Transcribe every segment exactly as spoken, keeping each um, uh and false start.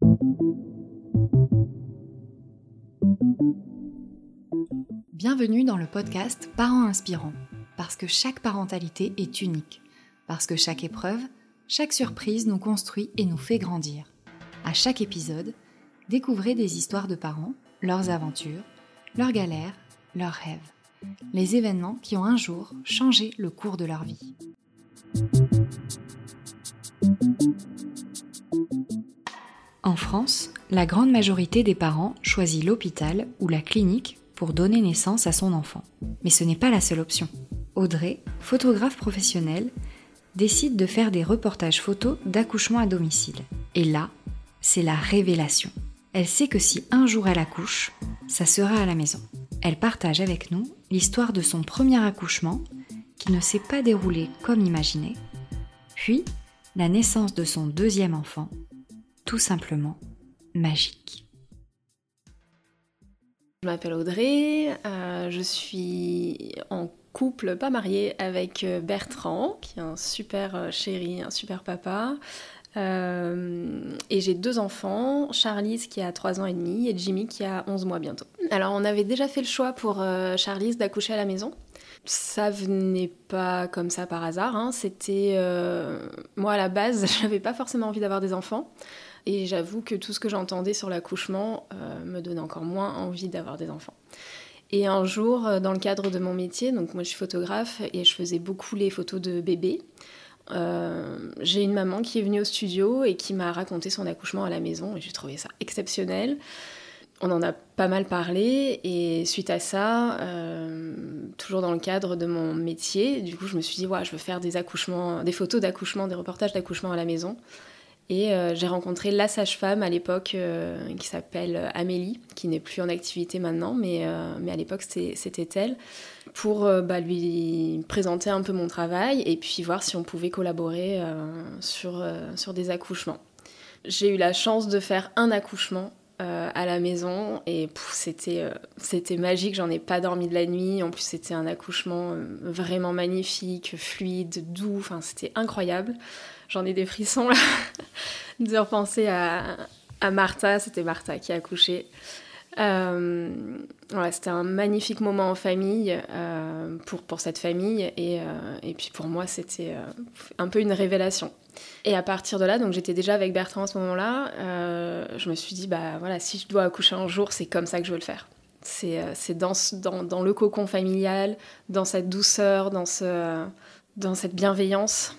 Bienvenue dans le podcast Parents inspirants, parce que chaque parentalité est unique, parce que chaque épreuve, chaque surprise nous construit et nous fait grandir. À chaque épisode, découvrez des histoires de parents, leurs aventures, leurs galères, leurs rêves, les événements qui ont un jour changé le cours de leur vie. En France, la grande majorité des parents choisit l'hôpital ou la clinique pour donner naissance à son enfant. Mais ce n'est pas la seule option. Audrey, photographe professionnelle, décide de faire des reportages photos d'accouchement à domicile. Et là, c'est la révélation. Elle sait que si un jour elle accouche, ça sera à la maison. Elle partage avec nous l'histoire de son premier accouchement qui ne s'est pas déroulé comme imaginé, puis la naissance de son deuxième enfant, tout simplement magique. Je m'appelle Audrey, euh, je suis en couple, pas mariée, avec Bertrand, qui est un super chéri, un super papa. Euh, et j'ai deux enfants, Charlize qui a trois ans et demi et Jimmy qui a onze mois bientôt. Alors on avait déjà fait le choix pour euh, Charlize d'accoucher à la maison. Ça venait pas comme ça par hasard, hein. C'était... Euh, moi à la base, j'avais pas forcément envie d'avoir des enfants. Et j'avoue que tout ce que j'entendais sur l'accouchement euh, me donnait encore moins envie d'avoir des enfants. Et un jour, dans le cadre de mon métier, donc moi je suis photographe et je faisais beaucoup les photos de bébés, euh, j'ai une maman qui est venue au studio et qui m'a raconté son accouchement à la maison et j'ai trouvé ça exceptionnel. On en a pas mal parlé et suite à ça, euh, toujours dans le cadre de mon métier, du coup je me suis dit ouais, je veux faire des accouchements, des photos d'accouchement, des reportages d'accouchement à la maison. Et euh, j'ai rencontré la sage-femme à l'époque euh, qui s'appelle Amélie, qui n'est plus en activité maintenant, mais, euh, mais à l'époque c'était, c'était elle, pour euh, bah, lui présenter un peu mon travail et puis voir si on pouvait collaborer euh, sur, euh, sur des accouchements. J'ai eu la chance de faire un accouchement euh, à la maison et pff, c'était, euh, c'était magique, j'en ai pas dormi de la nuit, en plus c'était un accouchement euh, vraiment magnifique, fluide, doux, enfin c'était incroyable. J'en ai des frissons là, de repenser à, à Martha, c'était Martha qui a accouché. Euh, voilà, c'était un magnifique moment en famille euh, pour, pour cette famille et, euh, et puis pour moi c'était euh, un peu une révélation. Et à partir de là, donc j'étais déjà avec Bertrand à ce moment-là, euh, je me suis dit bah voilà, si je dois accoucher un jour, c'est comme ça que je veux le faire. C'est, c'est dans, dans, dans le cocon familial, dans cette douceur, dans, ce, dans cette bienveillance.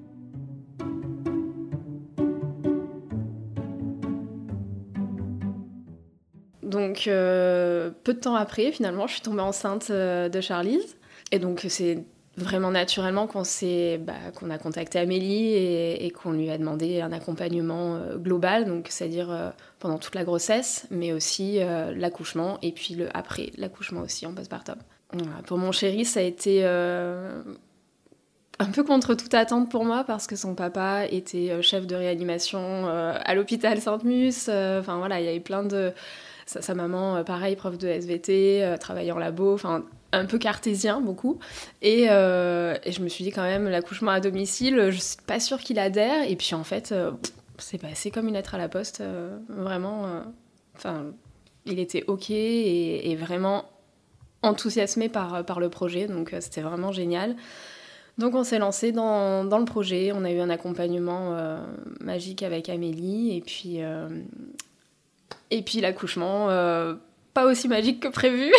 Donc, euh, peu de temps après, finalement, je suis tombée enceinte euh, de Charlize. Et donc, c'est vraiment naturellement qu'on, s'est, bah, qu'on a contacté Amélie et, et qu'on lui a demandé un accompagnement euh, global, donc, c'est-à-dire euh, pendant toute la grossesse, mais aussi euh, l'accouchement et puis le après l'accouchement aussi en postpartum. Voilà. Pour mon chéri, ça a été euh, un peu contre toute attente pour moi parce que son papa était chef de réanimation euh, à l'hôpital Sainte-Mus. Enfin euh, voilà, il y avait plein de... Sa, sa maman, pareil, prof de S V T, euh, travaillait en labo, enfin un peu cartésien, beaucoup. Et, euh, et je me suis dit quand même, l'accouchement à domicile, je suis pas sûre qu'il adhère. Et puis en fait, euh, c'est passé comme une lettre à la poste, euh, vraiment. Enfin, euh, il était OK et, et vraiment enthousiasmé par, par le projet, donc euh, c'était vraiment génial. Donc on s'est lancé dans, dans le projet, on a eu un accompagnement euh, magique avec Amélie, et puis... Euh, Et puis l'accouchement, euh, pas aussi magique que prévu.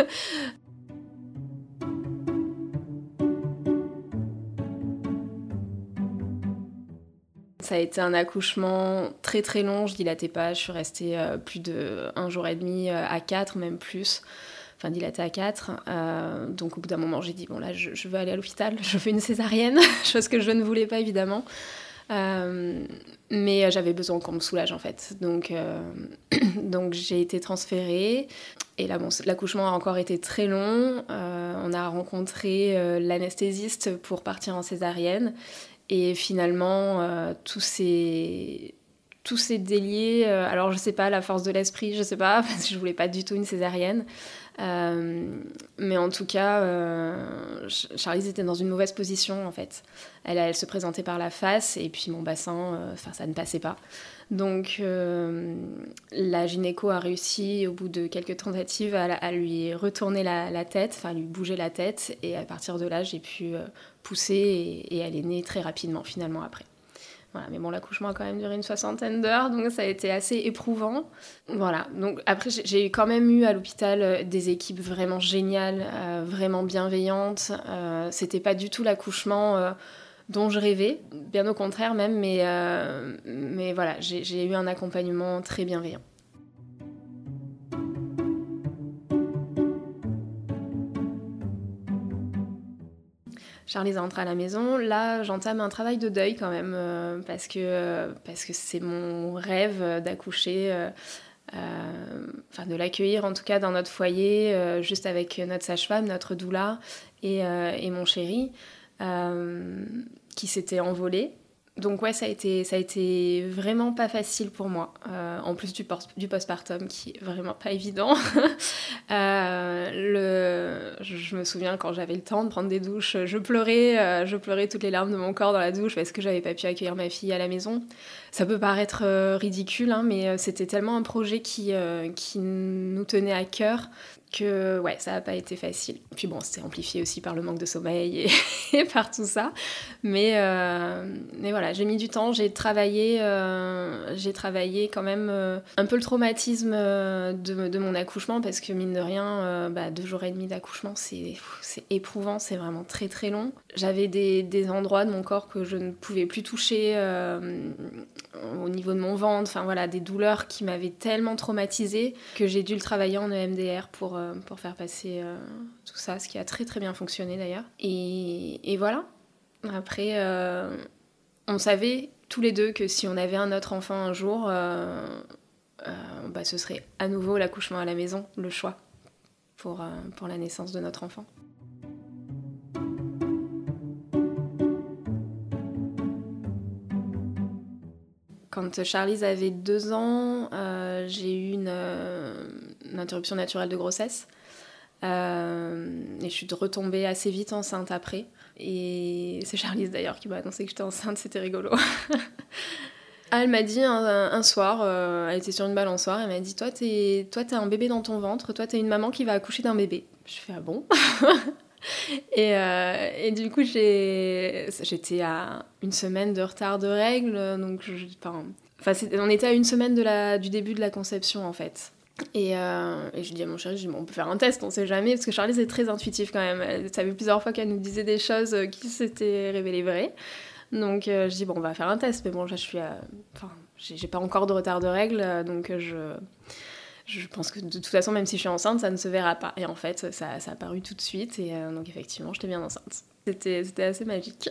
Ça a été un accouchement très très long, je dilatais pas, je suis restée euh, plus d'un jour et demi euh, à quatre, même plus. Enfin, dilatée à quatre. Euh, donc au bout d'un moment, j'ai dit, bon là, je, je veux aller à l'hôpital, je veux une césarienne, chose que je ne voulais pas évidemment. Euh, mais j'avais besoin qu'on me soulage en fait, donc, euh, donc j'ai été transférée et là bon, l'accouchement a encore été très long. Euh, on a rencontré euh, l'anesthésiste pour partir en césarienne et finalement euh, tout s'est tout s'est délié. Euh, alors je sais pas, la force de l'esprit, je sais pas, parce que je voulais pas du tout une césarienne. Euh, mais en tout cas, euh, Charlize était dans une mauvaise position en fait. Elle, elle se présentait par la face et puis mon bassin, euh, ça ne passait pas. Donc euh, la gynéco a réussi au bout de quelques tentatives à, à lui retourner la, la tête, enfin lui bouger la tête, et à partir de là j'ai pu euh, pousser et, et elle est née très rapidement finalement après. Voilà, mais bon, l'accouchement a quand même duré une soixantaine d'heures, donc ça a été assez éprouvant. Voilà, donc après j'ai quand même eu à l'hôpital des équipes vraiment géniales, euh, vraiment bienveillantes. Euh, c'était pas du tout l'accouchement euh, dont je rêvais, bien au contraire même, mais, euh, mais voilà, j'ai, j'ai eu un accompagnement très bienveillant. Charlie est rentré à la maison. Là, j'entame un travail de deuil quand même, euh, parce, que, euh, parce que c'est mon rêve d'accoucher, euh, euh, enfin de l'accueillir en tout cas dans notre foyer, euh, juste avec notre sage-femme, notre doula et, euh, et mon chéri, euh, qui s'était envolé. Donc ouais, ça a été, ça a été vraiment pas facile pour moi, euh, en plus du, post- du postpartum qui est vraiment pas évident. euh, le, je me souviens quand j'avais le temps de prendre des douches, je pleurais, euh, je pleurais toutes les larmes de mon corps dans la douche parce que j'avais pas pu accueillir ma fille à la maison. Ça peut paraître euh, ridicule, hein, mais c'était tellement un projet qui, euh, qui nous tenait à cœur que ouais, ça n'a pas été facile. Puis bon, c'était amplifié aussi par le manque de sommeil et, et par tout ça. Mais, euh, mais voilà, j'ai mis du temps, j'ai travaillé, euh, j'ai travaillé quand même euh, un peu le traumatisme euh, de, de mon accouchement parce que mine de rien, euh, bah, deux jours et demi d'accouchement, c'est, c'est éprouvant, c'est vraiment très très long. J'avais des, des endroits de mon corps que je ne pouvais plus toucher euh, au niveau de mon ventre, enfin voilà, des douleurs qui m'avaient tellement traumatisée que j'ai dû le travailler en E M D R pour pour faire passer euh, tout ça, ce qui a très très bien fonctionné d'ailleurs. Et, et voilà. Après, euh, on savait tous les deux que si on avait un autre enfant un jour, euh, euh, bah, ce serait à nouveau l'accouchement à la maison, le choix pour, euh, pour la naissance de notre enfant. Quand Charlize avait deux ans, euh, j'ai eu une, euh, une interruption naturelle de grossesse. Euh, et je suis retombée assez vite enceinte après. Et c'est Charlize d'ailleurs qui m'a annoncé que j'étais enceinte, c'était rigolo. Elle m'a dit un, un soir, euh, elle était sur une balançoire, elle m'a dit toi, t'es, toi t'as un bébé dans ton ventre, toi t'es une maman qui va accoucher d'un bébé. Je fais ah bon. et, euh, et du coup j'ai, j'étais à une semaine de retard de règles, donc je, enfin, enfin on était à une semaine de la, du début de la conception en fait. Et, euh, et je dis à mon chéri, je dis, bon, on peut faire un test, on sait jamais, parce que Charlize est très intuitive quand même. Elle savait plusieurs fois qu'elle nous disait des choses qui s'étaient révélées vraies. Donc euh, je dis, bon, on va faire un test, mais bon, là, je suis à... Enfin, j'ai, j'ai pas encore de retard de règles, donc je... Je pense que de toute façon, même si je suis enceinte, ça ne se verra pas. Et en fait, ça, ça a apparu tout de suite, et euh, donc effectivement, j'étais bien enceinte. C'était, c'était assez magique.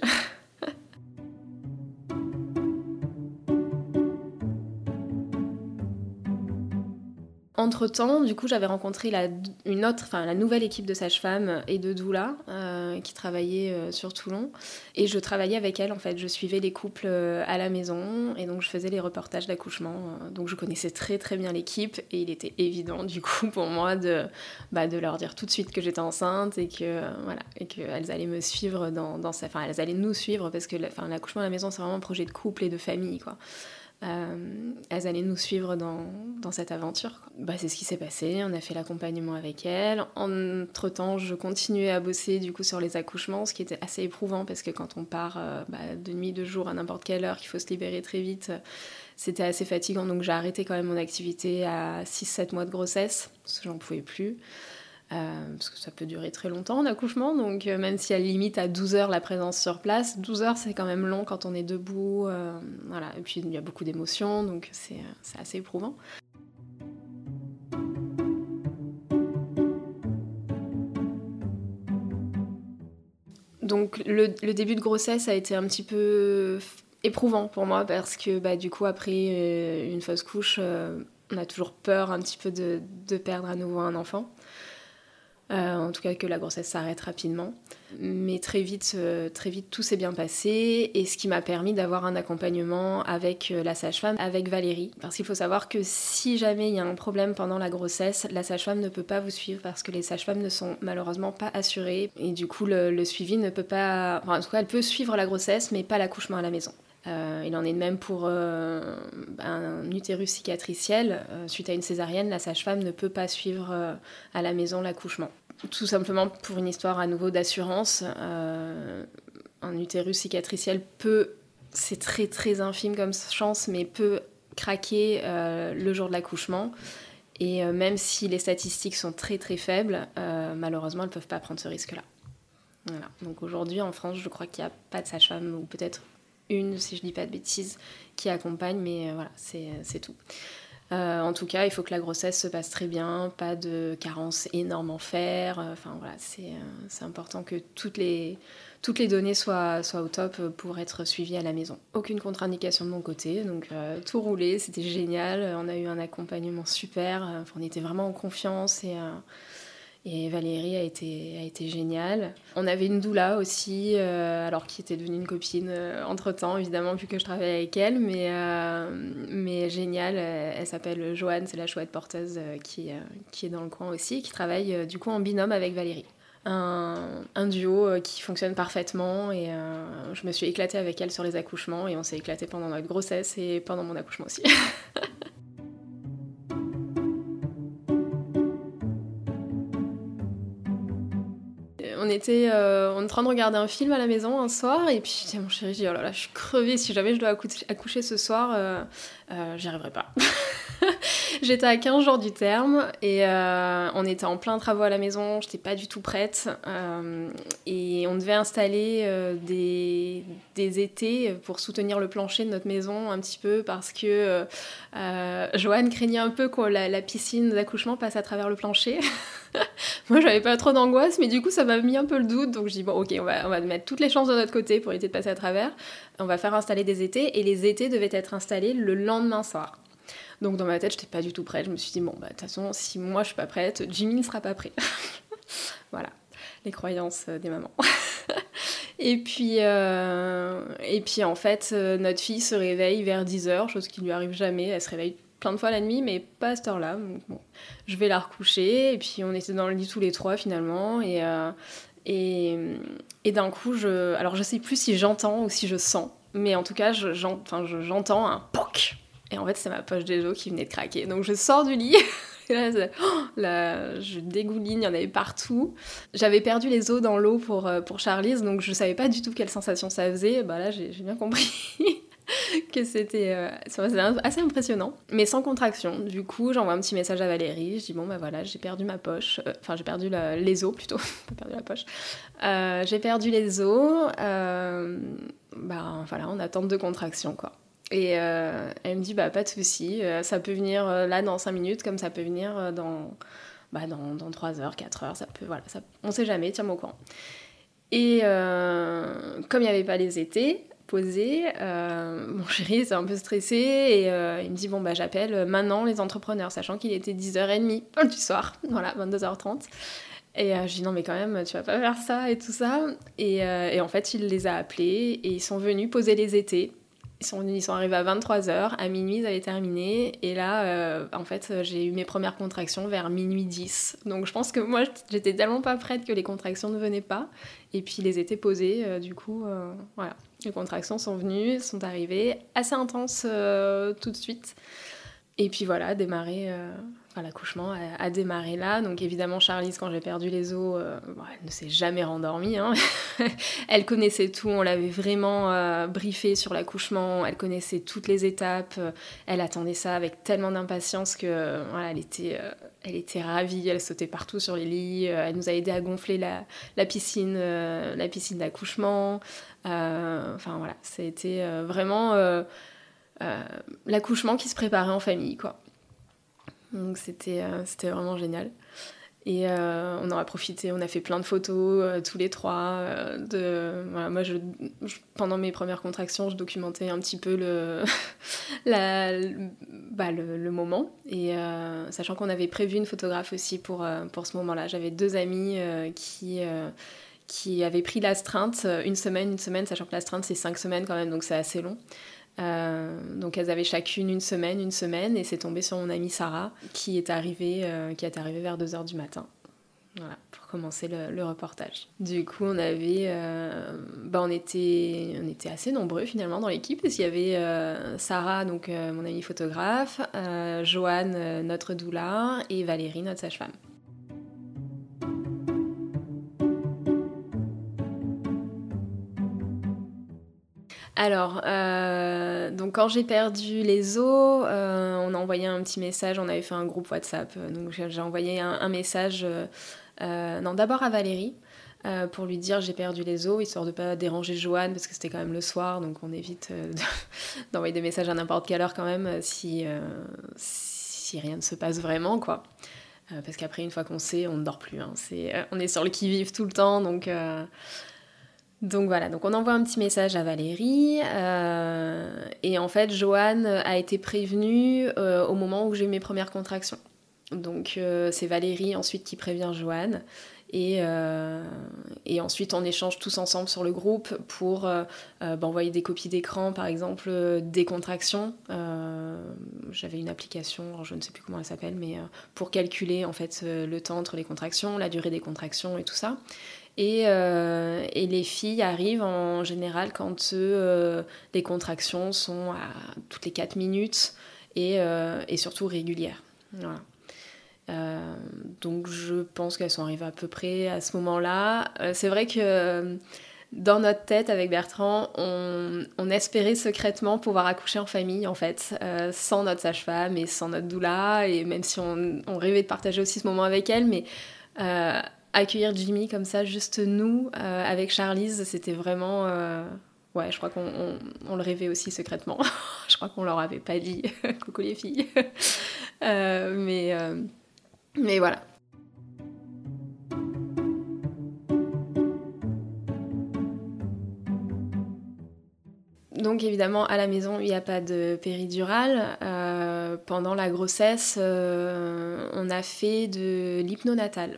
Entre-temps, du coup, j'avais rencontré la, une autre, enfin, la nouvelle équipe de sages-femmes et de doula euh, qui travaillait euh, sur Toulon. Et je travaillais avec elle, en fait. Je suivais les couples euh, à la maison et donc je faisais les reportages d'accouchement. Euh, donc je connaissais très très bien l'équipe et il était évident, du coup, pour moi de, bah, de leur dire tout de suite que j'étais enceinte et que euh, voilà, et qu'elles allaient me suivre dans, dans sa... Enfin, elles allaient nous suivre parce que enfin, l'accouchement à la maison, c'est vraiment un projet de couple et de famille, quoi. Euh, elles allaient nous suivre dans, dans cette aventure. Bah, c'est ce qui s'est passé, on a fait l'accompagnement avec elles. Entre-temps, je continuais à bosser du coup sur les accouchements, ce qui était assez éprouvant parce que quand on part euh, bah, de nuit, de jour, à n'importe quelle heure, qu'il faut se libérer très vite, c'était assez fatigant. Donc j'ai arrêté quand même mon activité à six sept mois de grossesse, parce que j'en pouvais plus. Euh, parce que ça peut durer très longtemps en accouchement, donc euh, même si elle limite à douze heures la présence sur place, douze heures c'est quand même long quand on est debout, euh, voilà. Et puis il y a beaucoup d'émotions, donc c'est, euh, c'est assez éprouvant. Donc le, le début de grossesse a été un petit peu éprouvant pour moi, parce que bah, du coup après euh, une fausse couche, euh, on a toujours peur un petit peu de, de perdre à nouveau un enfant. Euh, en tout cas que la grossesse s'arrête rapidement. Mais très vite, euh, très vite tout s'est bien passé, et ce qui m'a permis d'avoir un accompagnement avec euh, la sage-femme, avec Valérie. Parce qu'il faut savoir que si jamais il y a un problème pendant la grossesse, la sage-femme ne peut pas vous suivre parce que les sages-femmes ne sont malheureusement pas assurées, et du coup le, le suivi ne peut pas... Enfin, en tout cas, elle peut suivre la grossesse mais pas l'accouchement à la maison. Euh, il en est de même pour euh, un utérus cicatriciel. Euh, suite à une césarienne, la sage-femme ne peut pas suivre euh, à la maison l'accouchement. Tout simplement pour une histoire à nouveau d'assurance. Euh, un utérus cicatriciel peut, c'est très très infime comme chance, mais peut craquer euh, le jour de l'accouchement. Et euh, même si les statistiques sont très très faibles, euh, malheureusement, elles ne peuvent pas prendre ce risque-là. Voilà. Donc aujourd'hui, en France, je crois qu'il n'y a pas de sage-femme, ou peut-être une, si je ne dis pas de bêtises, qui accompagne, mais euh, voilà, c'est, c'est tout. Euh, en tout cas, il faut que la grossesse se passe très bien, pas de carence énorme en fer. Enfin voilà, c'est, euh, c'est important que toutes les, toutes les données soient, soient au top pour être suivies à la maison. Aucune contre-indication de mon côté, donc euh, tout roulé, c'était génial. On a eu un accompagnement super, enfin, on était vraiment en confiance et... Euh, Et Valérie a été, a été géniale. On avait une doula aussi, euh, alors qui était devenue une copine euh, entre-temps, évidemment, vu que je travaillais avec elle, mais, euh, mais géniale. Elle, elle s'appelle Joanne, c'est la chouette porteuse euh, qui, euh, qui est dans le coin aussi, qui travaille euh, du coup en binôme avec Valérie. Un, un duo euh, qui fonctionne parfaitement et euh, je me suis éclatée avec elle sur les accouchements et on s'est éclaté pendant notre grossesse et pendant mon accouchement aussi. On était euh, en train de regarder un film à la maison un soir et puis mon chéri, j'ai dit oh là là, je suis crevée, si jamais je dois accoucher, accoucher ce soir, euh, euh, j'y arriverai pas. J'étais à quinze jours du terme et euh, on était en plein travaux à la maison, j'étais pas du tout prête euh, et on devait installer euh, des, des étais pour soutenir le plancher de notre maison un petit peu parce que euh, Joanne craignait un peu que la, la piscine d'accouchement passe à travers le plancher. Moi, j'avais pas trop d'angoisse, mais du coup, ça m'a mis un peu le doute. Donc, je dis, bon, ok, on va, on va mettre toutes les chances de notre côté pour éviter de passer à travers. On va faire installer des étais, et les étais devaient être installés le lendemain soir. Donc, dans ma tête, j'étais pas du tout prête. Je me suis dit, bon, bah, de toute façon, si moi, je suis pas prête, Jimmy ne sera pas prêt. Voilà, les croyances des mamans. Et puis, euh, et puis, en fait, notre fille se réveille vers dix heures, chose qui lui arrive jamais. Elle se réveille plein de fois la nuit, mais pas à cette heure-là. Donc, bon, je vais la recoucher, et puis on était dans le lit tous les trois finalement, et, euh, et, et d'un coup, je, alors je sais plus si j'entends ou si je sens, mais en tout cas, je, j'ent, enfin, je, j'entends un poc, et en fait, c'est ma poche des os qui venait de craquer. Donc je sors du lit, et là, oh, là, je dégouline, il y en avait partout. J'avais perdu les os dans l'eau pour, pour Charlize, donc je savais pas du tout quelle sensation ça faisait. Bah là, j'ai, j'ai bien compris. que c'était euh, assez impressionnant, mais sans contraction. Du coup, j'envoie un petit message à Valérie, je dis bon bah voilà, j'ai perdu ma poche, enfin euh, j'ai perdu la, les os plutôt, pas perdu la poche, euh, j'ai perdu les os, euh, bah voilà, on attend de contraction quoi. Et euh, elle me dit bah pas de souci, euh, ça peut venir euh, là dans cinq minutes, comme ça peut venir euh, dans, bah, dans, dans trois heures, quatre heures, ça peut, voilà, ça, on sait jamais, tiens-moi au courant. Et euh, comme il n'y avait pas les étés, posé, euh, mon chéri s'est un peu stressé et euh, il me dit bon bah j'appelle maintenant les entrepreneurs, sachant qu'il était dix heures trente du soir, voilà, vingt-deux heures trente. Et euh, je dis non mais quand même tu vas pas faire ça et tout ça. Et, euh, et en fait il les a appelés et ils sont venus poser les étés. Ils sont, ils sont arrivés à vingt-trois heures, à minuit ils avaient terminé, et là, euh, en fait, j'ai eu mes premières contractions vers minuit dix. Donc je pense que moi, j'étais tellement pas prête que les contractions ne venaient pas, et puis les étaient posées, euh, du coup, euh, voilà. Les contractions sont venues, sont arrivées, assez intenses euh, tout de suite. Et puis voilà, démarrer... Euh... Enfin, l'accouchement a, a démarré là, donc évidemment Charlize, quand j'ai perdu les os, euh, bon, elle ne s'est jamais rendormie, hein. Elle connaissait tout, on l'avait vraiment euh, briefée sur l'accouchement, elle connaissait toutes les étapes, euh, elle attendait ça avec tellement d'impatience que euh, voilà, elle était, euh, elle était ravie, elle sautait partout sur les lits, euh, elle nous a aidé à gonfler la, la piscine, euh, la piscine d'accouchement, euh, enfin voilà, ça a été euh, vraiment euh, euh, l'accouchement qui se préparait en famille, quoi. Donc c'était, euh, c'était vraiment génial. Et euh, on en a profité, on a fait plein de photos, euh, tous les trois. Euh, de, voilà, moi, je, je, pendant mes premières contractions, je documentais un petit peu le, la, bah, le, le moment. Et euh, sachant qu'on avait prévu une photographe aussi pour, euh, pour ce moment-là. J'avais deux amies euh, qui... Euh, qui avaient pris l'astreinte une semaine, une semaine, sachant que l'astreinte c'est cinq semaines quand même, donc c'est assez long. Euh, donc elles avaient chacune une semaine, une semaine, et c'est tombé sur mon amie Sarah qui est arrivée, euh, qui est arrivée vers deux heures du matin. Voilà, pour commencer le, le reportage. Du coup, on avait, euh, bah, on était, on était assez nombreux finalement dans l'équipe, parce qu'il y avait euh, Sarah, donc euh, mon amie photographe, euh, Joanne, euh, notre doula, et Valérie, notre sage-femme. Alors, euh, donc quand j'ai perdu les os, euh, on a envoyé un petit message, on avait fait un groupe WhatsApp, donc j'ai, j'ai envoyé un, un message, euh, euh, non d'abord à Valérie, euh, pour lui dire j'ai perdu les os, histoire de pas déranger Joanne, parce que c'était quand même le soir, donc on évite euh, d'envoyer des messages à n'importe quelle heure quand même, si, euh, si rien ne se passe vraiment, quoi. Euh, parce qu'après, une fois qu'on sait, on ne dort plus, hein. C'est, euh, on est sur le qui-vive tout le temps, donc... Euh, Donc voilà, donc on envoie un petit message à Valérie, euh, et en fait Joanne a été prévenue euh, au moment où j'ai eu mes premières contractions. Donc euh, c'est Valérie ensuite qui prévient Joanne, et, euh, et ensuite on échange tous ensemble sur le groupe pour euh, euh, bah, envoyer des copies d'écran, par exemple euh, des contractions. Euh, j'avais une application, alors je ne sais plus comment elle s'appelle, mais euh, pour calculer en fait euh, le temps entre les contractions, la durée des contractions et tout ça. Et, euh, et les filles arrivent en général quand euh, les contractions sont à toutes les quatre minutes et, euh, et surtout régulières. Voilà. Euh, donc je pense qu'elles sont arrivées à peu près à ce moment-là. Euh, c'est vrai que dans notre tête avec Bertrand, on, on espérait secrètement pouvoir accoucher en famille en fait, euh, sans notre sage-femme et sans notre doula, et même si on, on rêvait de partager aussi ce moment avec elle, mais euh, accueillir Jimmy comme ça, juste nous, euh, avec Charlize, c'était vraiment... Euh... Ouais, je crois qu'on on, on le rêvait aussi secrètement. Je crois qu'on leur avait pas dit « Coucou les filles euh, ». Mais, euh... mais voilà. Donc évidemment, à la maison, il n'y a pas de péridurale. Euh, pendant la grossesse, euh, on a fait de l'hypnonatal.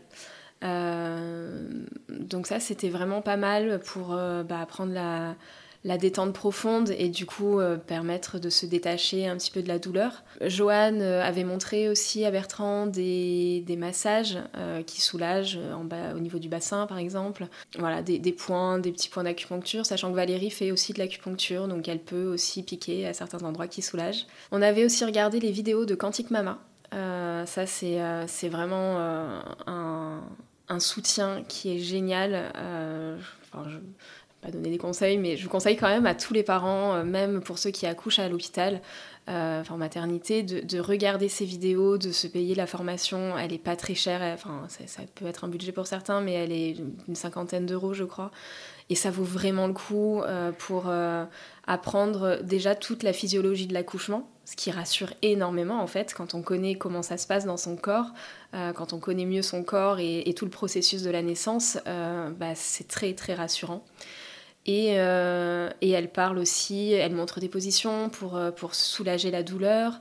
Euh, donc ça, c'était vraiment pas mal pour euh, bah, prendre la, la détente profonde et du coup euh, permettre de se détacher un petit peu de la douleur. Joanne euh, avait montré aussi à Bertrand des, des massages euh, qui soulagent en bas, au niveau du bassin par exemple. Voilà, des, des points, des petits points d'acupuncture, sachant que Valérie fait aussi de l'acupuncture, donc elle peut aussi piquer à certains endroits qui soulagent. On avait aussi regardé les vidéos de Quantique Mama. Euh, ça c'est, euh, c'est vraiment euh, un... un soutien qui est génial. Euh, enfin, je ne vais pas donner des conseils, mais je vous conseille quand même à tous les parents, euh, même pour ceux qui accouchent à l'hôpital, euh, enfin, en maternité, de, de regarder ces vidéos, de se payer la formation. Elle n'est pas très chère, elle, enfin, ça, ça peut être un budget pour certains, mais elle est une cinquantaine d'euros, je crois. Et ça vaut vraiment le coup euh, pour euh, apprendre déjà toute la physiologie de l'accouchement, ce qui rassure énormément en fait quand on connaît comment ça se passe dans son corps, euh, quand on connaît mieux son corps et, et tout le processus de la naissance, euh, bah, c'est très très rassurant. Et, euh, et elle parle aussi, elle montre des positions pour, pour soulager la douleur,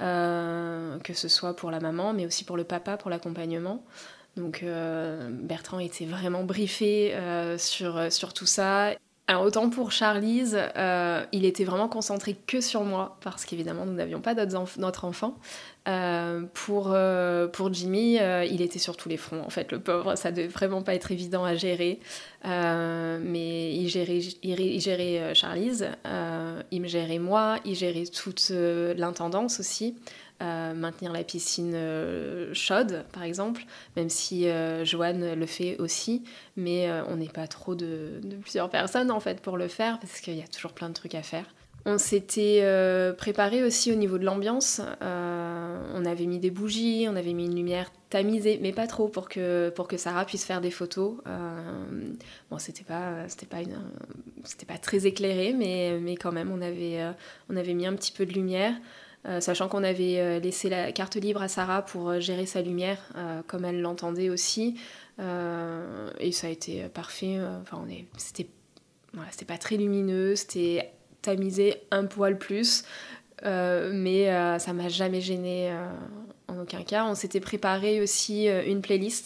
euh, que ce soit pour la maman mais aussi pour le papa, pour l'accompagnement. Donc euh, Bertrand était vraiment briefé euh, sur, sur tout ça. Alors autant pour Charlize, euh, il était vraiment concentré que sur moi, parce qu'évidemment nous n'avions pas d'autres enf- notre enfant. Euh, pour, euh, pour Jimmy, euh, il était sur tous les fronts, en fait, le pauvre, ça devait vraiment pas être évident à gérer. Euh, mais il gérait, il, il gérait euh, Charlize, euh, il me gérait moi, il gérait toute euh, l'intendance aussi. Euh, maintenir la piscine euh, chaude, par exemple, même si euh, Joanne le fait aussi, mais euh, on n'est pas trop de, de plusieurs personnes, en fait, pour le faire, parce qu'il y a toujours plein de trucs à faire. On s'était euh, préparé aussi au niveau de l'ambiance. Euh, on avait mis des bougies, on avait mis une lumière tamisée, mais pas trop, pour que, pour que Sarah puisse faire des photos. Euh, bon, c'était pas, c'était pas, une, c'était pas très éclairé, mais, mais quand même, on avait, euh, on avait mis un petit peu de lumière. Euh, sachant qu'on avait euh, laissé la carte libre à Sarah pour euh, gérer sa lumière, euh, comme elle l'entendait aussi, euh, et ça a été parfait. Enfin, on est, c'était, voilà, c'était pas très lumineux, c'était tamisé un poil plus, euh, mais euh, ça m'a jamais gênée euh, en aucun cas. On s'était préparé aussi euh, une playlist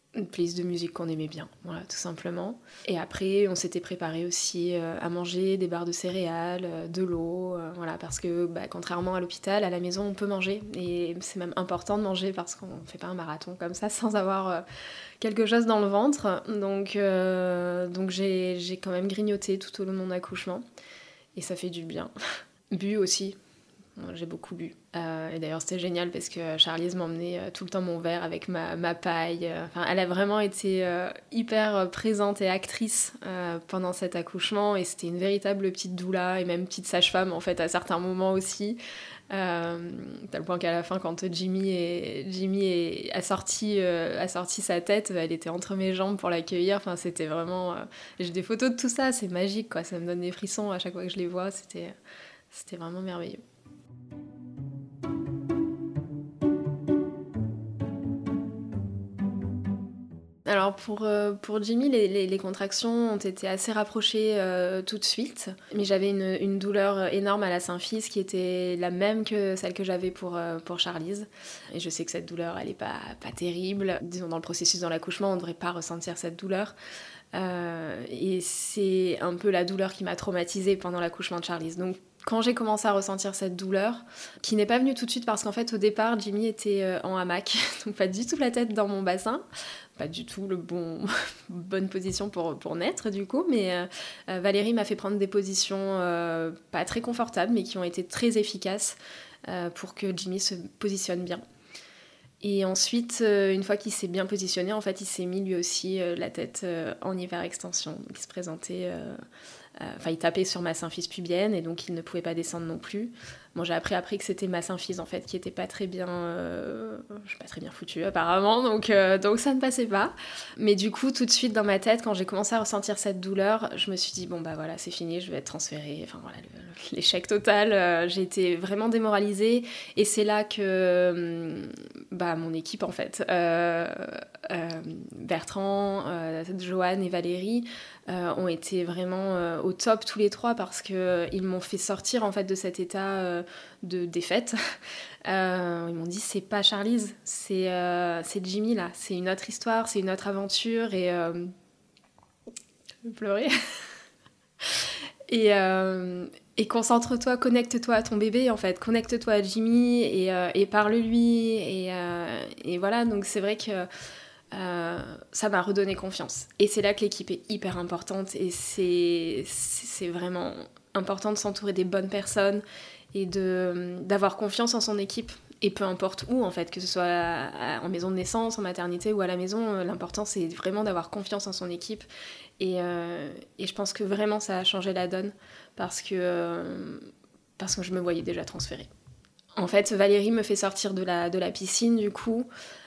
une playlist de musique qu'on aimait bien, voilà, tout simplement. Et après, on s'était préparé aussi euh, à manger des barres de céréales, euh, de l'eau, euh, voilà, parce que bah, contrairement à l'hôpital, à la maison, on peut manger. Et c'est même important de manger parce qu'on ne fait pas un marathon comme ça sans avoir euh, quelque chose dans le ventre. Donc, euh, donc j'ai, j'ai quand même grignoté tout au long de mon accouchement. Et ça fait du bien. Bu aussi. J'ai beaucoup bu. Euh, et d'ailleurs, c'était génial parce que Charlize m'emmenait euh, tout le temps mon verre avec ma, ma paille. Euh, enfin, elle a vraiment été euh, hyper présente et actrice euh, pendant cet accouchement. Et c'était une véritable petite doula et même petite sage-femme, en fait, à certains moments aussi. Euh, tel point qu'à la fin, quand Jimmy, est, Jimmy est, a, sorti, euh, a sorti sa tête, elle était entre mes jambes pour l'accueillir. Enfin, c'était vraiment... Euh, j'ai des photos de tout ça, c'est magique, quoi. Ça me donne des frissons à chaque fois que je les vois. C'était, c'était vraiment merveilleux. Alors pour, euh, pour Jimmy, les, les, les contractions ont été assez rapprochées euh, tout de suite, mais j'avais une, une douleur énorme à la symphyse qui était la même que celle que j'avais pour, euh, pour Charlize. Et je sais que cette douleur, elle n'est pas, pas terrible. Disons, dans le processus de l'accouchement, on ne devrait pas ressentir cette douleur. Euh, et c'est un peu la douleur qui m'a traumatisée pendant l'accouchement de Charlize. Donc quand j'ai commencé à ressentir cette douleur, qui n'est pas venue tout de suite parce qu'en fait au départ Jimmy était euh, en hamac, donc pas du tout la tête dans mon bassin, pas du tout le bon bonne position pour, pour naître du coup, mais euh, Valérie m'a fait prendre des positions euh, pas très confortables mais qui ont été très efficaces euh, pour que Jimmy se positionne bien. Et ensuite, euh, une fois qu'il s'est bien positionné, en fait, il s'est mis lui aussi euh, la tête euh, en hyperextension. Donc, il se présentait, euh, euh, enfin, il tapait sur ma symphyse pubienne et donc il ne pouvait pas descendre non plus. Bon, j'ai appris après que c'était ma symphyse en fait qui était pas très bien, euh, je suis pas très bien foutue apparemment, donc euh, donc ça ne passait pas. Mais du coup, tout de suite dans ma tête, quand j'ai commencé à ressentir cette douleur, je me suis dit bon bah voilà, c'est fini, je vais être transférée. Enfin voilà, le, l'échec total. Euh, j'ai été vraiment démoralisée et c'est là que bah mon équipe en fait, euh, euh, Bertrand, euh, Joanne et Valérie. Euh, ont été vraiment euh, au top tous les trois parce qu'ils euh, m'ont fait sortir en fait de cet état euh, de défaite. Euh, ils m'ont dit c'est pas Charlize, c'est, euh, c'est Jimmy là, c'est une autre histoire, c'est une autre aventure et euh... je vais pleurer. et, euh, et concentre-toi, connecte-toi à ton bébé en fait, connecte-toi à Jimmy et, euh, et parle-lui et, euh, et voilà, donc c'est vrai que Euh, ça m'a redonné confiance. Et c'est là que l'équipe est hyper importante et c'est, c'est vraiment important de s'entourer des bonnes personnes et de, d'avoir confiance en son équipe. Et peu importe où, en fait, que ce soit à, en maison de naissance, en maternité ou à la maison, l'important c'est vraiment d'avoir confiance en son équipe. Et, euh, et je pense que vraiment ça a changé la donne parce que, euh, parce que je me voyais déjà transférée. En fait, Valérie me fait sortir de la, de la piscine du coup.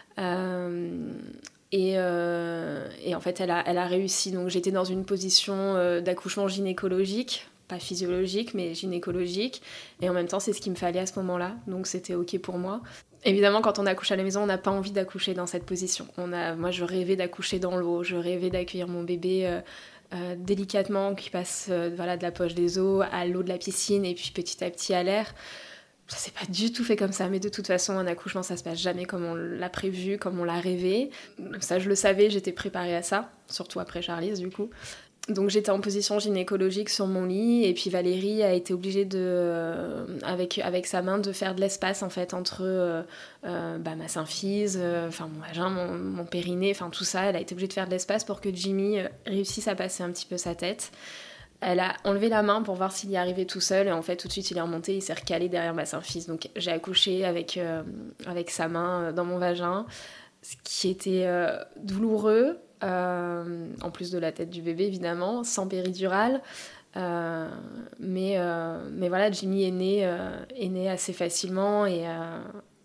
Euh, et, euh, et en fait elle a, elle a réussi, donc j'étais dans une position euh, d'accouchement gynécologique, pas physiologique mais gynécologique, et en même temps c'est ce qu'il me fallait à ce moment là, donc c'était ok pour moi. Évidemment quand on accouche à la maison on n'a pas envie d'accoucher dans cette position. On a, moi je rêvais d'accoucher dans l'eau, je rêvais d'accueillir mon bébé euh, euh, délicatement qui passe euh, voilà, de la poche des os à l'eau de la piscine et puis petit à petit à l'air. Ça s'est pas du tout fait comme ça, mais de toute façon, un accouchement, ça se passe jamais comme on l'a prévu, comme on l'a rêvé. Ça, je le savais, j'étais préparée à ça, surtout après Charlize, du coup. Donc j'étais en position gynécologique sur mon lit, et puis Valérie a été obligée, de, euh, avec, avec sa main, de faire de l'espace, en fait, entre euh, euh, bah, ma symphyse, euh, enfin mon vagin, mon, mon périnée, enfin tout ça. Elle a été obligée de faire de l'espace pour que Jimmy euh, réussisse à passer un petit peu sa tête. Elle a enlevé la main pour voir s'il y arrivait tout seul et en fait tout de suite il est remonté, il s'est recalé derrière ma symphyse. Donc j'ai accouché avec, euh, avec sa main dans mon vagin, ce qui était euh, douloureux, euh, en plus de la tête du bébé évidemment, sans péridurale. Euh, mais, euh, mais voilà, Jimmy est né, euh, est né assez facilement et, euh,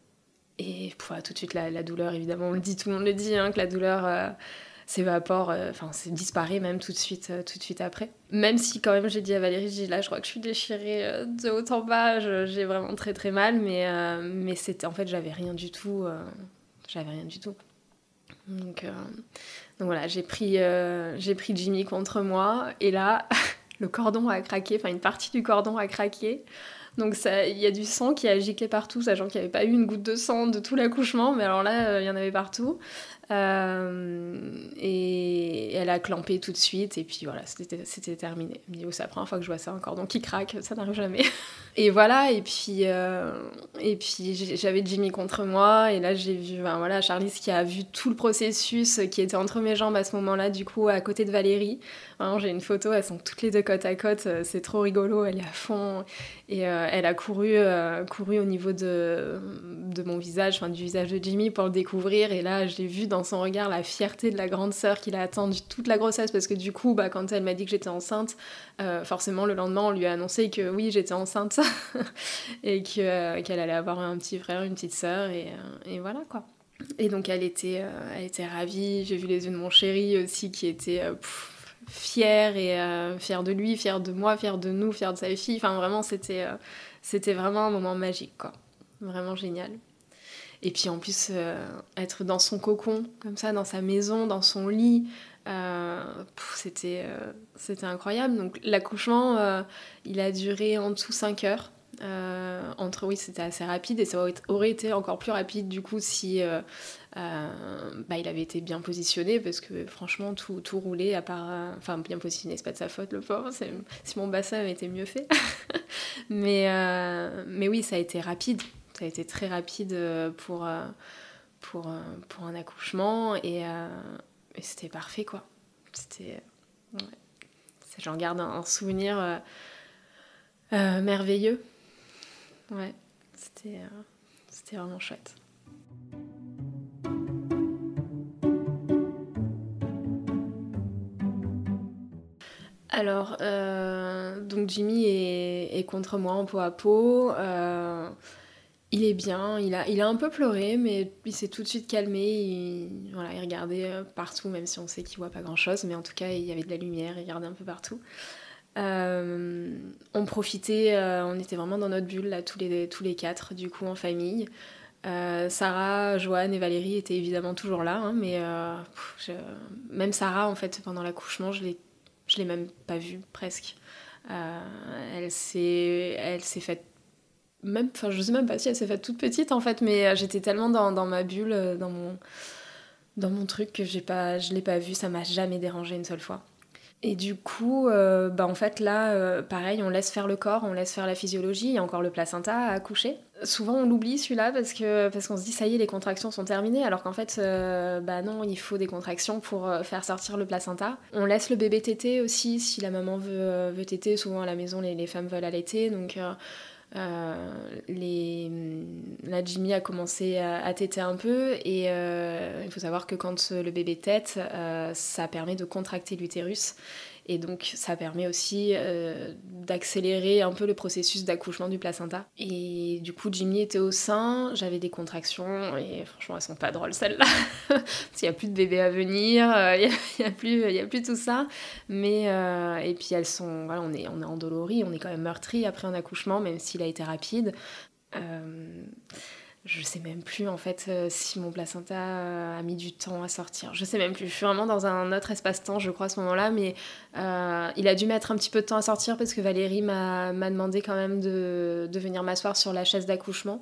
et pff, tout de suite la, la douleur évidemment, on le dit, tout le monde le dit, hein, que la douleur... Euh, s'évapore, enfin euh, disparaît même tout de suite, euh, tout de suite après. Même si quand même j'ai dit à Valérie, j'ai dit là je crois que je suis déchirée euh, de haut en bas, je, j'ai vraiment très très mal, mais, euh, mais c'était, en fait j'avais rien du tout, euh, j'avais rien du tout. Donc, euh, donc voilà, j'ai pris, euh, j'ai pris Jimmy contre moi et là le cordon a craqué, enfin une partie du cordon a craqué. Donc il y a du sang qui a giclé partout, sachant qu'il n'y avait pas eu une goutte de sang de tout l'accouchement, mais alors là, il y en avait partout. Euh, et elle a clampé tout de suite, et puis voilà, c'était, c'était terminé. Elle me dit, oh, c'est la première fois que je vois ça, un cordon qui craque, ça n'arrive jamais. Et voilà, et puis, euh, et puis j'avais Jimmy contre moi, et là j'ai vu, ben, voilà, Charlize qui a vu tout le processus qui était entre mes jambes à ce moment-là, du coup, à côté de Valérie. Vraiment, j'ai une photo, elles sont toutes les deux côte à côte, c'est trop rigolo, elle est à fond. Et euh, elle a couru, euh, couru au niveau de, de mon visage, enfin du visage de Jimmy pour le découvrir. Et là, j'ai vu dans son regard la fierté de la grande sœur qui l'a attendu toute la grossesse. Parce que du coup, bah, quand elle m'a dit que j'étais enceinte, euh, forcément, le lendemain, on lui a annoncé que oui, j'étais enceinte. et que, euh, qu'elle allait avoir un petit frère, une petite sœur. Et, euh, et voilà, quoi. Et donc, elle était, euh, elle était ravie. J'ai vu les yeux de mon chéri aussi qui étaient... Euh, pff, fière et euh, fière de lui, fière de moi, fière de nous, fière de sa fille. Enfin, vraiment, c'était, euh, c'était vraiment un moment magique, quoi. Vraiment génial. Et puis, en plus, euh, être dans son cocon, comme ça, dans sa maison, dans son lit, euh, pff, c'était, euh, c'était incroyable. Donc, l'accouchement, euh, il a duré en dessous cinq heures. Euh, entre oui, c'était assez rapide et ça aurait été encore plus rapide du coup si euh, euh, bah, il avait été bien positionné parce que franchement tout, tout roulait à part euh, enfin bien positionné, c'est pas de sa faute le pauvre, c'est, si mon bassin avait été mieux fait mais, euh, mais oui, ça a été rapide, ça a été très rapide pour, euh, pour, euh, pour un accouchement et, euh, et c'était parfait quoi, c'était ouais. J'en garde un, un souvenir euh, euh, merveilleux. Ouais, c'était, euh, c'était vraiment chouette. Alors, euh, donc Jimmy est, est contre moi en peau à peau. Euh, il est bien, il a, il a un peu pleuré, mais il s'est tout de suite calmé. Il, voilà, il regardait partout, même si on sait qu'il voit pas grand-chose, mais en tout cas, il y avait de la lumière, il regardait un peu partout. Euh, on profitait, euh, on était vraiment dans notre bulle là, tous les, tous les quatre, du coup en famille. Euh, Sarah, Joanne et Valérie étaient évidemment toujours là, hein, mais euh, je... même Sarah en fait pendant l'accouchement, je l'ai, je l'ai même pas vue presque. Euh, elle s'est, elle s'est faite même, enfin je sais même pas si elle s'est faite toute petite en fait, mais j'étais tellement dans, dans ma bulle, dans mon, dans mon truc que j'ai pas, je l'ai pas vue, ça m'a jamais dérangée une seule fois. Et du coup, euh, bah en fait là, euh, pareil, on laisse faire le corps, on laisse faire la physiologie, il y a encore le placenta à accoucher. Souvent on l'oublie celui-là parce, que, parce qu'on se dit ça y est, les contractions sont terminées, alors qu'en fait, euh, bah non, il faut des contractions pour faire sortir le placenta. On laisse le bébé téter aussi, si la maman veut, veut téter, souvent à la maison les, les femmes veulent allaiter, donc... Euh, Euh, les... la Jimmy a commencé à, à téter un peu et euh, il faut savoir que quand le bébé tète, euh, ça permet de contracter l'utérus et donc ça permet aussi euh, d'accélérer un peu le processus d'accouchement du placenta. Et du coup Jimmy était au sein, j'avais des contractions et franchement elles sont pas drôles celles-là parce qu'il n'y a plus de bébé à venir, il n'y a, a, plus, y a plus tout ça, mais euh, et puis elles sont, voilà, on est, on est endoloris, on est quand même meurtri après un accouchement même s'il a été rapide. Euh, je sais même plus en fait euh, si mon placenta a mis du temps à sortir. Je sais même plus. Je suis vraiment dans un autre espace-temps, je crois, à ce moment-là. Mais euh, il a dû mettre un petit peu de temps à sortir parce que Valérie m'a, m'a demandé quand même de, de venir m'asseoir sur la chaise d'accouchement.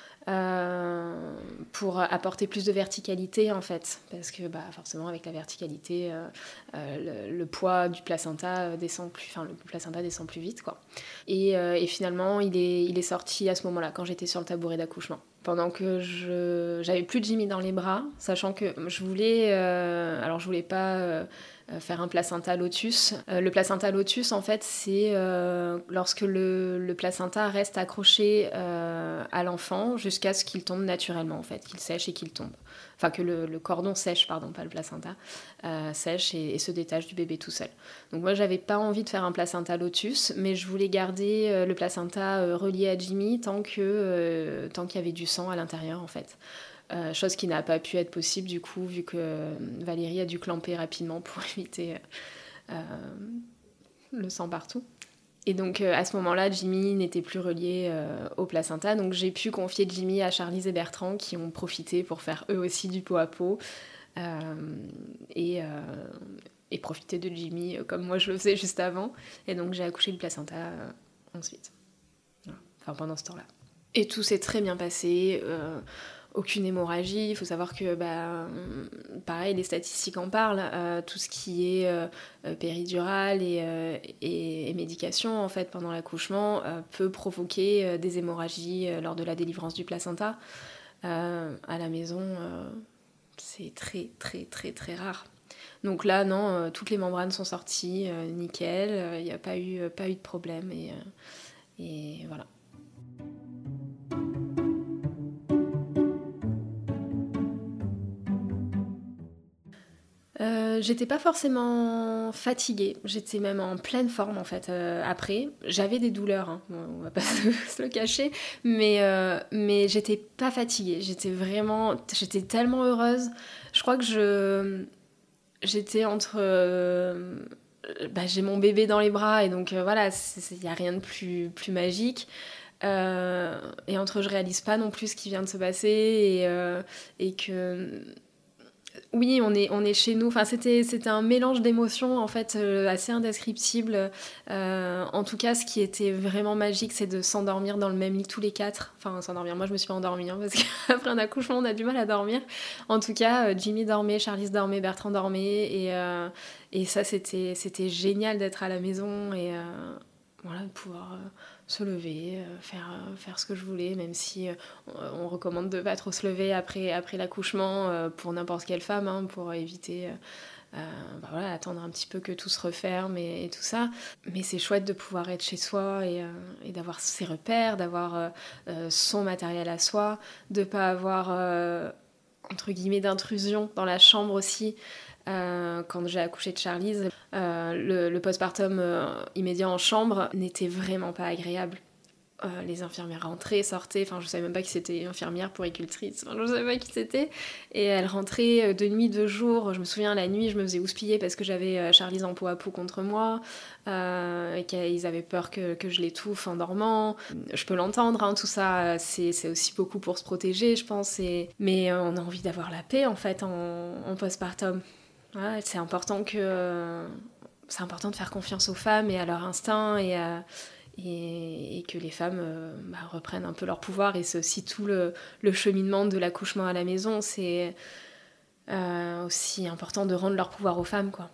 Euh, pour apporter plus de verticalité en fait, parce que bah, forcément avec la verticalité euh, euh, le, le poids du placenta descend plus, enfin le placenta descend plus vite quoi. Et, euh, et finalement il est, il est sorti à ce moment-là quand j'étais sur le tabouret d'accouchement. Pendant que je j'avais plus de Jimmy dans les bras, sachant que je voulais, euh, alors je voulais pas euh, faire un placenta lotus. Euh, le placenta lotus, en fait, c'est euh, lorsque le, le placenta reste accroché euh, à l'enfant jusqu'à ce qu'il tombe naturellement, en fait, qu'il sèche et qu'il tombe. Enfin, que le, le cordon sèche, pardon, pas le placenta, euh, sèche et, et se détache du bébé tout seul. Donc moi, j'avais pas envie de faire un placenta lotus, mais je voulais garder euh, le placenta euh, relié à Jimmy tant que euh, tant qu'il y avait du sang à l'intérieur, en fait. Euh, chose qui n'a pas pu être possible du coup vu que Valérie a dû clamper rapidement pour éviter euh, le sang partout. Et donc euh, à ce moment-là, Jimmy n'était plus relié euh, au placenta, donc j'ai pu confier Jimmy à Charlize et Bertrand qui ont profité pour faire eux aussi du pot à pot euh, et, euh, et profiter de Jimmy euh, comme moi je le faisais juste avant. Et donc j'ai accouché le placenta euh, ensuite. enfin pendant ce temps-là. Et tout s'est très bien passé, euh, aucune hémorragie. Il faut savoir que, bah, pareil, les statistiques en parlent, euh, tout ce qui est euh, péridurale et, euh, et, et médication en fait pendant l'accouchement euh, peut provoquer euh, des hémorragies euh, lors de la délivrance du placenta. Euh, à la maison, euh, c'est très très très très rare. Donc là, non, euh, toutes les membranes sont sorties, euh, nickel, il euh, n'y a pas eu, euh, pas eu de problème et, euh, et voilà. Euh, j'étais pas forcément fatiguée, j'étais même en pleine forme en fait. Euh, après, j'avais des douleurs, hein. Bon, on va pas se, se le cacher, mais, euh, mais j'étais pas fatiguée. J'étais vraiment, j'étais tellement heureuse. Je crois que je, j'étais entre, euh, bah, j'ai mon bébé dans les bras et donc euh, voilà, il y a rien de plus, plus magique. Euh, et entre je réalise pas non plus ce qui vient de se passer et, euh, et que oui, on est, on est chez nous. Enfin, c'était, c'était un mélange d'émotions en fait euh, assez indescriptible. Euh, en tout cas, ce qui était vraiment magique, c'est de s'endormir dans le même lit tous les quatre. Enfin, s'endormir. Moi, je me suis pas endormie hein, parce qu'après un accouchement, on a du mal à dormir. En tout cas, euh, Jimmy dormait, Charlize dormait, Bertrand dormait, et, euh, et ça, c'était, c'était génial d'être à la maison et euh, voilà, de pouvoir euh, se lever, euh, faire, euh, faire ce que je voulais, même si euh, on recommande de pas trop se lever après, après l'accouchement euh, pour n'importe quelle femme, hein, pour éviter, euh, euh, bah voilà, attendre un petit peu que tout se referme et, et tout ça. Mais c'est chouette de pouvoir être chez soi et, euh, et d'avoir ses repères, d'avoir euh, euh, son matériel à soi, de pas avoir euh, entre guillemets d'intrusion dans la chambre aussi. Euh, quand j'ai accouché de Charlize, euh, le, le postpartum euh, immédiat en chambre n'était vraiment pas agréable. Euh, les infirmières rentraient, sortaient, enfin je savais même pas qui c'était, infirmière, puéricultrice, enfin je savais pas qui c'était, et elles rentraient de nuit, de jour. Je me souviens la nuit, je me faisais houspiller parce que j'avais Charlize en peau à peau contre moi, euh, et qu'ils avaient peur que, que je l'étouffe en dormant. Je peux l'entendre, hein, tout ça, c'est, c'est aussi beaucoup pour se protéger, je pense, et... mais euh, on a envie d'avoir la paix en fait en, en postpartum. Ouais, c'est important que c'est important de faire confiance aux femmes et à leur instinct et, à, et, et que les femmes euh, bah, reprennent un peu leur pouvoir. Et c'est aussi tout le, le cheminement de l'accouchement à la maison. C'est euh, aussi important de rendre leur pouvoir aux femmes, quoi.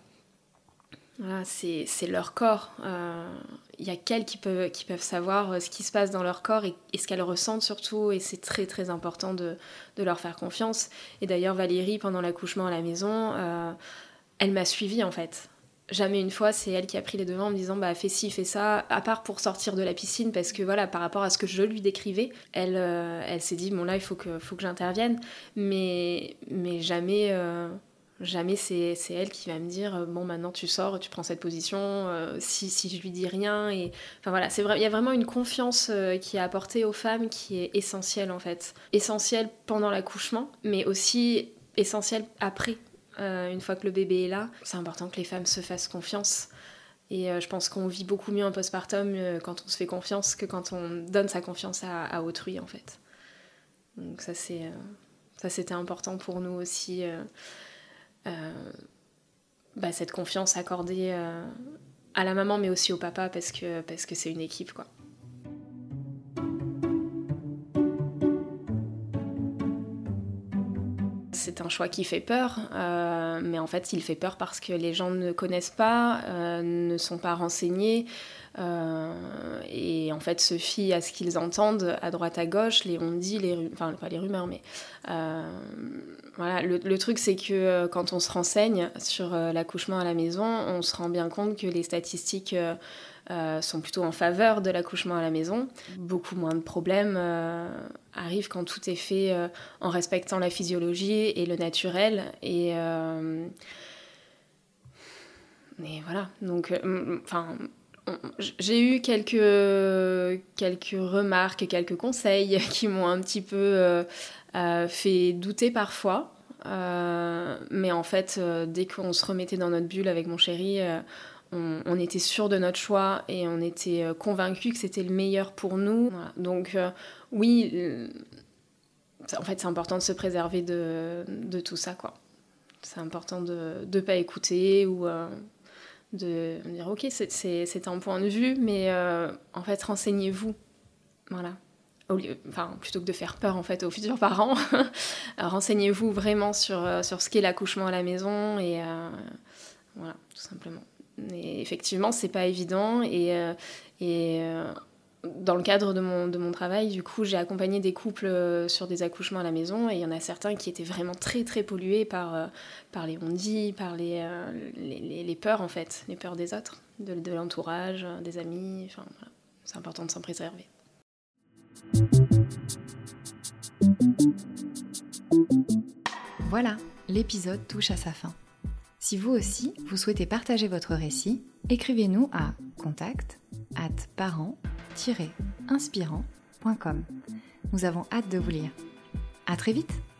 Voilà, c'est, c'est leur corps. Il euh, y a qu'elles qui peuvent, qui peuvent savoir ce qui se passe dans leur corps et, et ce qu'elles ressentent surtout. Et c'est très très important de, de leur faire confiance. Et d'ailleurs, Valérie, pendant l'accouchement à la maison, euh, elle m'a suivie en fait. Jamais une fois, c'est elle qui a pris les devants en me disant bah fais ci, fais ça, à part pour sortir de la piscine, parce que voilà, par rapport à ce que je lui décrivais, elle, euh, elle s'est dit bon là, il faut que, faut que j'intervienne. Mais, mais jamais... Euh, Jamais c'est, c'est elle qui va me dire bon maintenant tu sors, tu prends cette position, euh, si, si je lui dis rien. Et... Enfin voilà, c'est vrai, il y a vraiment une confiance euh, qui est apportée aux femmes qui est essentielle en fait. Essentielle pendant l'accouchement, mais aussi essentielle après, euh, une fois que le bébé est là. C'est important que les femmes se fassent confiance. Et euh, je pense qu'on vit beaucoup mieux en postpartum euh, quand on se fait confiance que quand on donne sa confiance à, à autrui en fait. Donc ça, c'est, euh, ça c'était important pour nous aussi. Euh, Euh, bah, cette confiance accordée euh, à la maman mais aussi au papa parce que, parce que c'est une équipe quoi. C'est un choix qui fait peur, euh, mais en fait il fait peur parce que les gens ne connaissent pas, euh, ne sont pas renseignés, euh, et en fait se fient à ce qu'ils entendent à droite à gauche, les on-dit, les ru- enfin pas les rumeurs, mais euh, voilà. Le, le truc c'est que quand on se renseigne sur euh, l'accouchement à la maison, on se rend bien compte que les statistiques euh, Euh, sont plutôt en faveur de l'accouchement à la maison. Beaucoup moins de problèmes euh, arrivent quand tout est fait euh, en respectant la physiologie et le naturel. Et, euh, et voilà. Donc, enfin, euh, j'ai eu quelques, quelques remarques, quelques conseils qui m'ont un petit peu euh, euh, fait douter parfois. Euh, mais en fait, euh, dès qu'on se remettait dans notre bulle avec mon chéri, euh, On, on était sûr de notre choix et on était convaincus que c'était le meilleur pour nous. Voilà. Donc euh, oui, euh, en fait c'est important de se préserver de, de tout ça, quoi. C'est important de ne pas écouter ou euh, de dire ok c'est, c'est, c'est un point de vue, mais euh, en fait renseignez-vous. Voilà. Au lieu, enfin, plutôt que de faire peur en fait aux futurs parents, renseignez-vous vraiment sur, sur ce qu'est l'accouchement à la maison et euh, voilà, tout simplement. Et effectivement, c'est pas évident et, euh, et euh, dans le cadre de mon, de mon travail, du coup, j'ai accompagné des couples sur des accouchements à la maison et il y en a certains qui étaient vraiment très très pollués par, euh, par les on-dit, par les, euh, les, les, les peurs en fait, les peurs des autres, de, de l'entourage, des amis, enfin voilà, c'est important de s'en préserver. Voilà, l'épisode touche à sa fin. Si vous aussi, vous souhaitez partager votre récit, écrivez-nous à contact arobase parents tiret inspirant point com. Nous avons hâte de vous lire. À très vite!